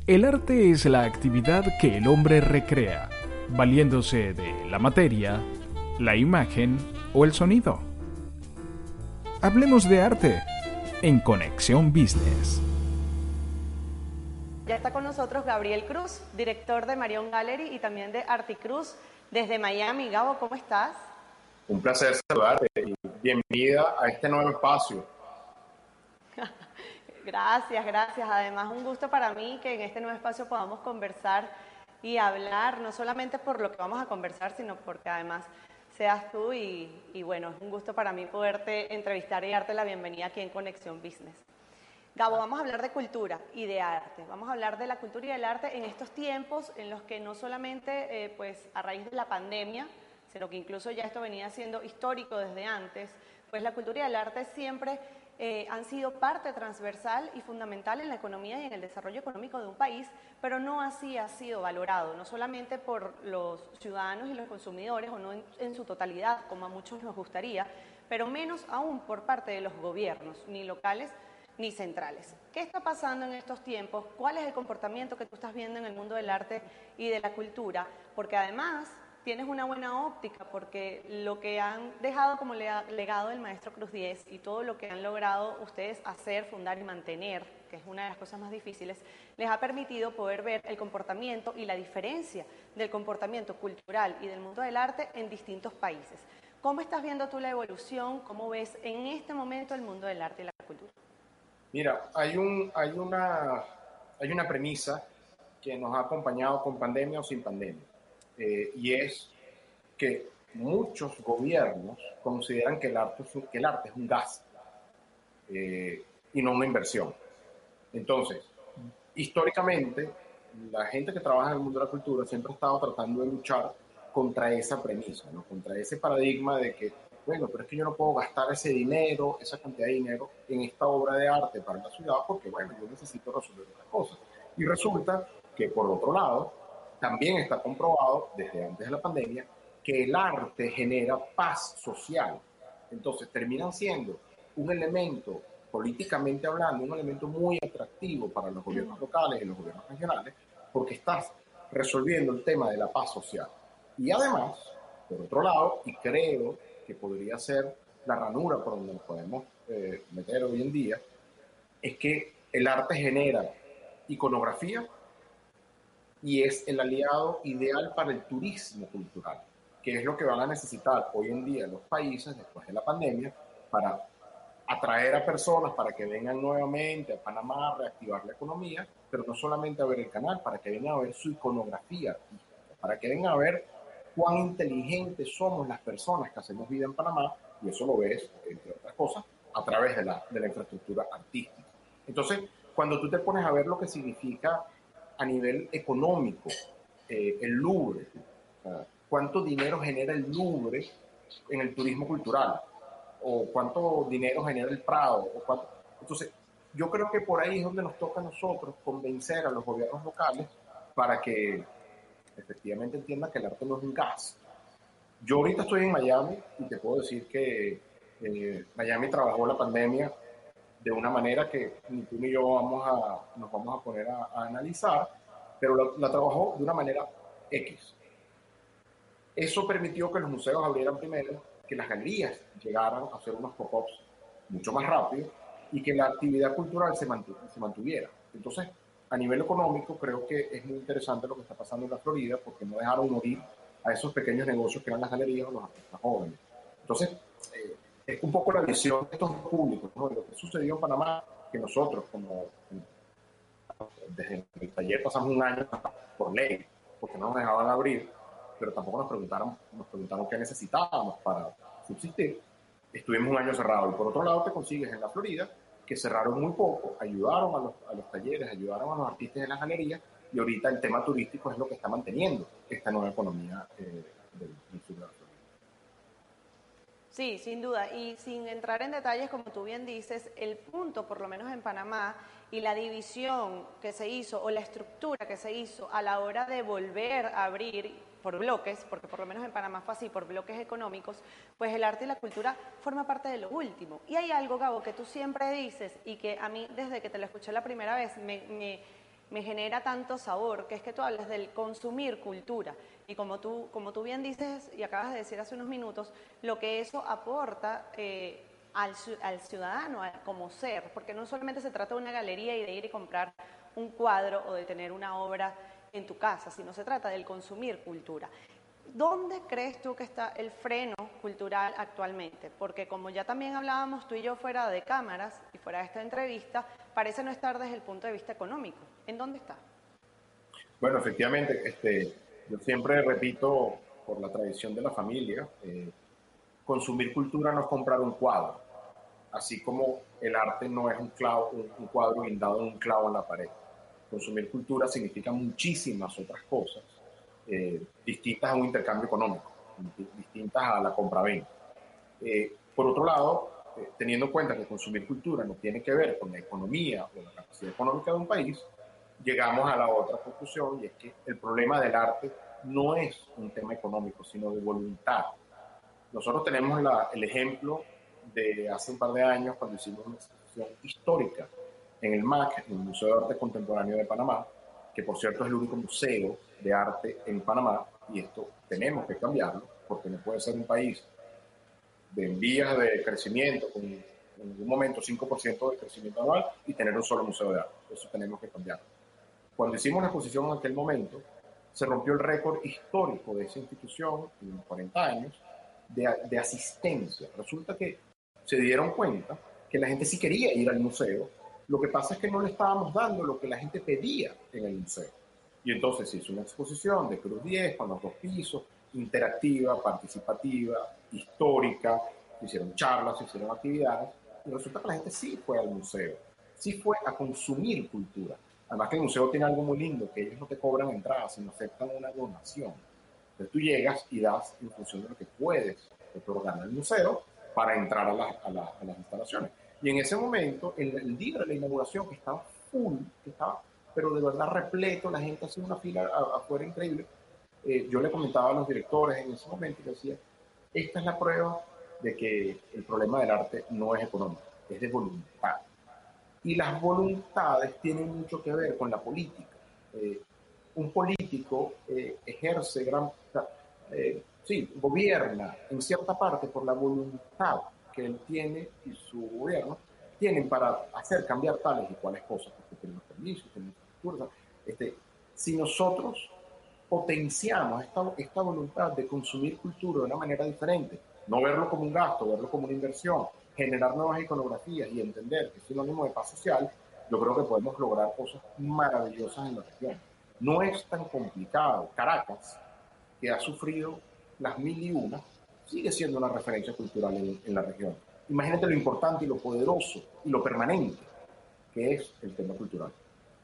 El arte es la actividad que el hombre recrea, valiéndose de la materia, la imagen o el sonido. Hablemos de arte en Conexión Business. Ya está con nosotros Gabriel Cruz, director de Marion Gallery y también de Articruz desde Miami. Gabo, ¿cómo estás? Un placer saludarte y bienvenida a este nuevo espacio. Gracias, gracias. Además, un gusto para mí que en este nuevo espacio podamos conversar y hablar, no solamente por lo que vamos a conversar, sino porque además seas tú y bueno, es un gusto para mí poderte entrevistar y darte la bienvenida aquí en Conexión Business. Gabo, vamos a hablar de cultura y de arte. Vamos a hablar de la cultura y del arte en estos tiempos en los que no solamente pues a raíz de la pandemia, sino que incluso ya esto venía siendo histórico desde antes, pues la cultura y el arte siempre han sido parte transversal y fundamental en la economía y en el desarrollo económico de un país, pero no así ha sido valorado, no solamente por los ciudadanos y los consumidores, o no en su totalidad, como a muchos nos gustaría, pero menos aún por parte de los gobiernos, ni locales ni centrales. ¿Qué está pasando en estos tiempos? ¿Cuál es el comportamiento que tú estás viendo en el mundo del arte y de la cultura? Porque además tienes una buena óptica, porque lo que han dejado como legado el maestro Cruz Diez y todo lo que han logrado ustedes hacer, fundar y mantener, que es una de las cosas más difíciles, les ha permitido poder ver el comportamiento y la diferencia del comportamiento cultural y del mundo del arte en distintos países. ¿Cómo estás viendo tú la evolución? ¿Cómo ves en este momento el mundo del arte y la cultura? Mira, hay una premisa que nos ha acompañado con pandemia o sin pandemia, y es que muchos gobiernos consideran que que el arte es un gasto y no una inversión. Entonces, históricamente, la gente que trabaja en el mundo de la cultura siempre ha estado tratando de luchar contra esa premisa, ¿no? Contra ese paradigma de que, bueno, pero es que yo no puedo gastar ese dinero, esa cantidad de dinero en esta obra de arte para la ciudad porque, bueno, yo necesito resolver otras cosas. Y resulta que, por otro lado, también está comprobado desde antes de la pandemia que el arte genera paz social. Entonces terminan siendo un elemento, políticamente hablando, un elemento muy atractivo para los gobiernos locales y los gobiernos regionales, porque estás resolviendo el tema de la paz social. Y además, por otro lado, y creo que podría ser la ranura por donde nos podemos meter hoy en día, es que el arte genera iconografía y es el aliado ideal para el turismo cultural, que es lo que van a necesitar hoy en día los países después de la pandemia para atraer a personas para que vengan nuevamente a Panamá a reactivar la economía, pero no solamente a ver el canal, para que vengan a ver su iconografía artística, para que vengan a ver cuán inteligentes somos las personas que hacemos vida en Panamá, y eso lo ves, entre otras cosas, a través de la infraestructura artística. Entonces, cuando tú te pones a ver lo que significa a nivel económico el Louvre, cuánto dinero genera el Louvre en el turismo cultural, o cuánto dinero genera el Prado, entonces yo creo que por ahí es donde nos toca a nosotros convencer a los gobiernos locales para que efectivamente entiendan que el arte no es un gas. Yo ahorita estoy en Miami y te puedo decir que Miami trabajó la pandemia de una manera que ni tú ni yo nos vamos a poner a analizar, pero la trabajó de una manera X. Eso permitió que los museos abrieran primero, que las galerías llegaran a hacer unos pop-ups mucho más rápido y que la actividad cultural se mantuviera. Entonces, a nivel económico, creo que es muy interesante lo que está pasando en la Florida porque no dejaron morir a esos pequeños negocios que eran las galerías o los artistas jóvenes. Entonces, es un poco la visión de estos públicos, ¿no? De lo que sucedió en Panamá, que nosotros, como desde el taller pasamos un año por ley, porque no nos dejaban abrir, pero tampoco nos preguntaron qué necesitábamos para subsistir. Estuvimos un año cerrado. Y por otro lado te consigues en la Florida, que cerraron muy poco, ayudaron a los talleres, ayudaron a los artistas en las galerías, y ahorita el tema turístico es lo que está manteniendo esta nueva economía del sur de la Florida. Sí, sin duda. Y sin entrar en detalles, como tú bien dices, el punto, por lo menos en Panamá, y la división que se hizo o la estructura que se hizo a la hora de volver a abrir por bloques, porque por lo menos en Panamá fue así, por bloques económicos, pues el arte y la cultura forma parte de lo último. Y hay algo, Gabo, que tú siempre dices y que a mí desde que te lo escuché la primera vez me genera tanto sabor, que es que tú hablas del consumir cultura. Y como tú bien dices y acabas de decir hace unos minutos, lo que eso aporta al ciudadano como ser, porque no solamente se trata de una galería y de ir y comprar un cuadro o de tener una obra en tu casa, sino se trata del consumir cultura. ¿Dónde crees tú que está el freno cultural actualmente? Porque como ya también hablábamos tú y yo fuera de cámaras y fuera de esta entrevista, parece no estar desde el punto de vista económico. ¿En dónde está? Bueno, efectivamente, yo siempre repito, por la tradición de la familia, consumir cultura no es comprar un cuadro, así como el arte no es un cuadro guindado en un clavo en la pared. Consumir cultura significa muchísimas otras cosas, distintas a un intercambio económico, distintas a la compraventa. Por otro lado, teniendo en cuenta que consumir cultura no tiene que ver con la economía o la capacidad económica de un país, llegamos a la otra conclusión, y es que el problema del arte no es un tema económico, sino de voluntad. Nosotros tenemos el ejemplo de hace un par de años, cuando hicimos una exposición histórica en el MAC, en el Museo de Arte Contemporáneo de Panamá, que por cierto es el único museo de arte en Panamá, y esto tenemos que cambiarlo, porque no puede ser un país de vías de crecimiento, con en algún momento 5% de crecimiento anual, y tener un solo museo de arte. Eso tenemos que cambiarlo. Cuando hicimos la exposición en aquel momento, se rompió el récord histórico de esa institución en 40 años de asistencia. Resulta que se dieron cuenta que la gente sí quería ir al museo, lo que pasa es que no le estábamos dando lo que la gente pedía en el museo. Y entonces se hizo una exposición de Cruz 10 con los 2 pisos, interactiva, participativa, histórica, se hicieron charlas, se hicieron actividades, y resulta que la gente sí fue al museo, sí fue a consumir cultura. Además que el museo tiene algo muy lindo, que ellos no te cobran entrada, sino aceptan una donación. Entonces tú llegas y das en función de lo que puedes otorgar al museo para entrar a las instalaciones. Y en ese momento, el día de la inauguración, que estaba full, pero de verdad repleto, la gente hacía una fila afuera increíble, yo le comentaba a los directores en ese momento y decía, esta es la prueba de que el problema del arte no es económico, es de voluntad. Y las voluntades tienen mucho que ver con la política. Un político ejerce gobierna en cierta parte por la voluntad que él tiene y su gobierno tienen para hacer cambiar tales y cuales cosas, porque tenemos permisos, tenemos infraestructura. Si nosotros potenciamos esta voluntad de consumir cultura de una manera diferente, no verlo como un gasto, verlo como una inversión, generar nuevas iconografías y entender que es sinónimo de paz social, yo creo que podemos lograr cosas maravillosas en la región. No es tan complicado. Caracas, que ha sufrido las mil y una, sigue siendo una referencia cultural en la región. Imagínate lo importante y lo poderoso y lo permanente que es el tema cultural.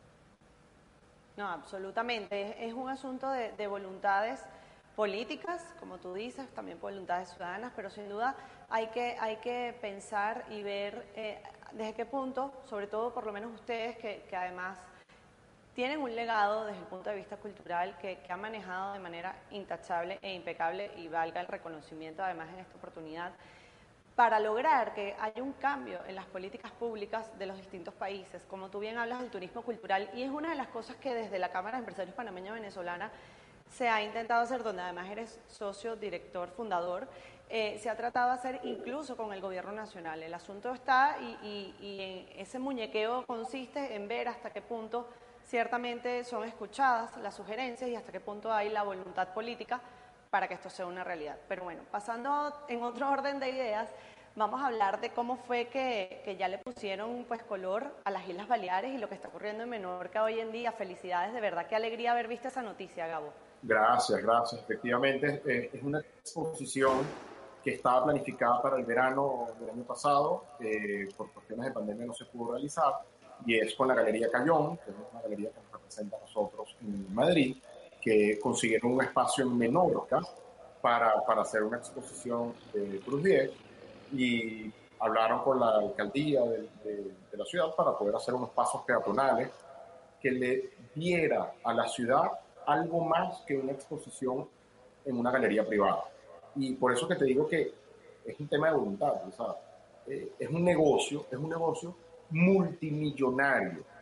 No, absolutamente. Es un asunto de voluntades políticas, como tú dices, también voluntades ciudadanas, pero sin duda hay que pensar y ver desde qué punto, sobre todo por lo menos ustedes que además tienen un legado desde el punto de vista cultural que ha manejado de manera intachable e impecable, y valga el reconocimiento además en esta oportunidad, para lograr que haya un cambio en las políticas públicas de los distintos países. Como tú bien hablas del turismo cultural, y es una de las cosas que desde la Cámara de Empresarios Panameña Venezolana se ha intentado hacer, donde además eres socio, director, fundador, se ha tratado de hacer incluso con el gobierno nacional. El asunto está y en ese muñequeo consiste en ver hasta qué punto ciertamente son escuchadas las sugerencias y hasta qué punto hay la voluntad política para que esto sea una realidad. Pero bueno, pasando en otro orden de ideas, vamos a hablar de cómo fue que ya le pusieron pues color a las Islas Baleares y lo que está ocurriendo en Menorca hoy en día. Felicidades, de verdad, qué alegría haber visto esa noticia, Gabo. Gracias. Efectivamente, es una exposición que estaba planificada para el verano del año pasado, por cuestiones de pandemia no se pudo realizar, y es con la Galería Cayón, que es una galería que nos representa a nosotros en Madrid, que consiguieron un espacio en Menorca para hacer una exposición de Cruz 10, y hablaron con la alcaldía de la ciudad para poder hacer unos pasos peatonales que le diera a la ciudad algo más que una exposición en una galería privada. Y por eso que te digo que es un tema de voluntad, o sea, es un negocio multimillonario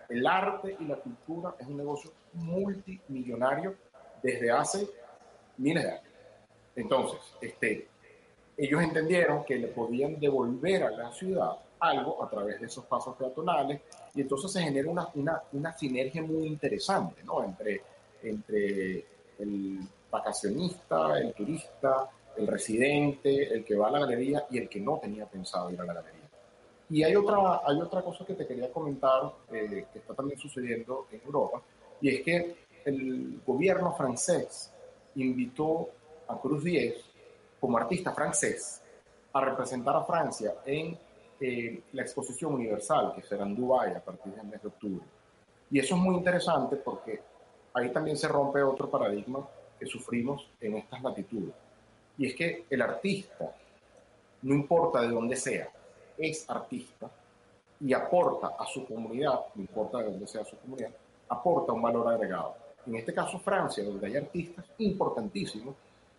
el arte y la cultura es un negocio multimillonario desde hace miles de años. Entonces, ellos entendieron que le podían devolver a la ciudad algo a través de esos pasos peatonales, y entonces se genera una sinergia muy interesante, ¿no? Entre el vacacionista, el turista, el residente, el que va a la galería y el que no tenía pensado ir a la galería. Y hay otra cosa que te quería comentar, que está también sucediendo en Europa, y es que el gobierno francés invitó a Cruz Diez como artista francés a representar a Francia en la exposición universal, que será en Dubái a partir del mes de octubre. Y eso es muy interesante porque ahí también se rompe otro paradigma que sufrimos en estas latitudes. Y es que el artista, no importa de dónde sea, es artista y aporta a su comunidad, no importa de dónde sea su comunidad, aporta un valor agregado. En este caso Francia, donde hay artistas importantísimos,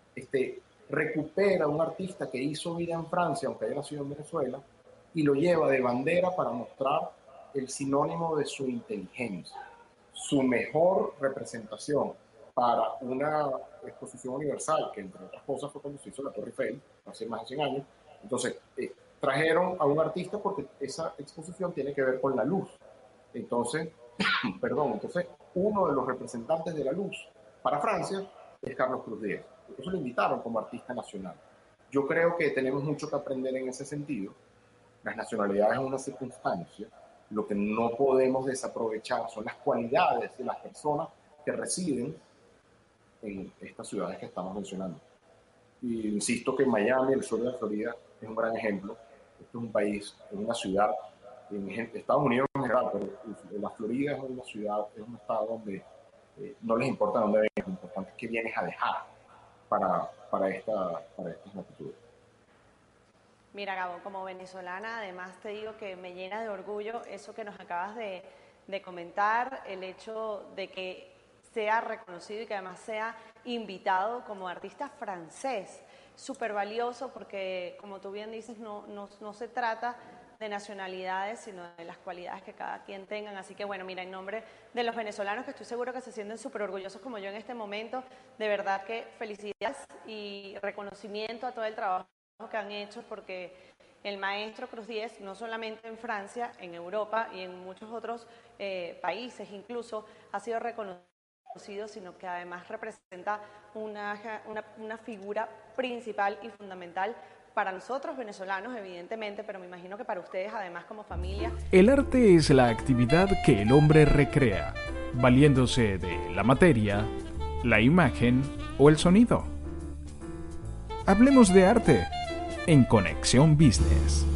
recupera a un artista que hizo vida en Francia, aunque haya nacido en Venezuela, y lo lleva de bandera para mostrar el sinónimo de su inteligencia, su mejor representación para una exposición universal, que entre otras cosas fue cuando se hizo la Torre Eiffel, hace más de 100 años. Entonces, trajeron a un artista porque esa exposición tiene que ver con la luz. Entonces, entonces uno de los representantes de la luz para Francia es Carlos Cruz Diez. Entonces lo invitaron como artista nacional. Yo creo que tenemos mucho que aprender en ese sentido. Las nacionalidades son una circunstancia. Lo que no podemos desaprovechar son las cualidades de las personas que residen en estas ciudades que estamos mencionando. Y insisto que Miami, el sur de la Florida, es un gran ejemplo. Esto es un país, es una ciudad, en Estados Unidos en general, pero la Florida es una ciudad, es un estado donde no les importa dónde vengas, lo importante es que vienes a dejar para estas latitudes. Mira, Gabo, como venezolana, además te digo que me llena de orgullo eso que nos acabas de comentar, el hecho de que sea reconocido y que además sea invitado como artista francés. Súper valioso porque, como tú bien dices, no se trata de nacionalidades, sino de las cualidades que cada quien tengan. Así que bueno, mira, en nombre de los venezolanos, que estoy seguro que se sienten súper orgullosos como yo en este momento, de verdad que felicidades y reconocimiento a todo el trabajo que han hecho, porque el maestro Cruz Diez, no solamente en Francia, en Europa y en muchos otros países incluso, ha sido reconocido, sino que además representa una figura principal y fundamental para nosotros venezolanos, evidentemente, pero me imagino que para ustedes, además, como familia. El arte es la actividad que el hombre recrea, valiéndose de la materia, la imagen o el sonido. Hablemos de arte en Conexión Business.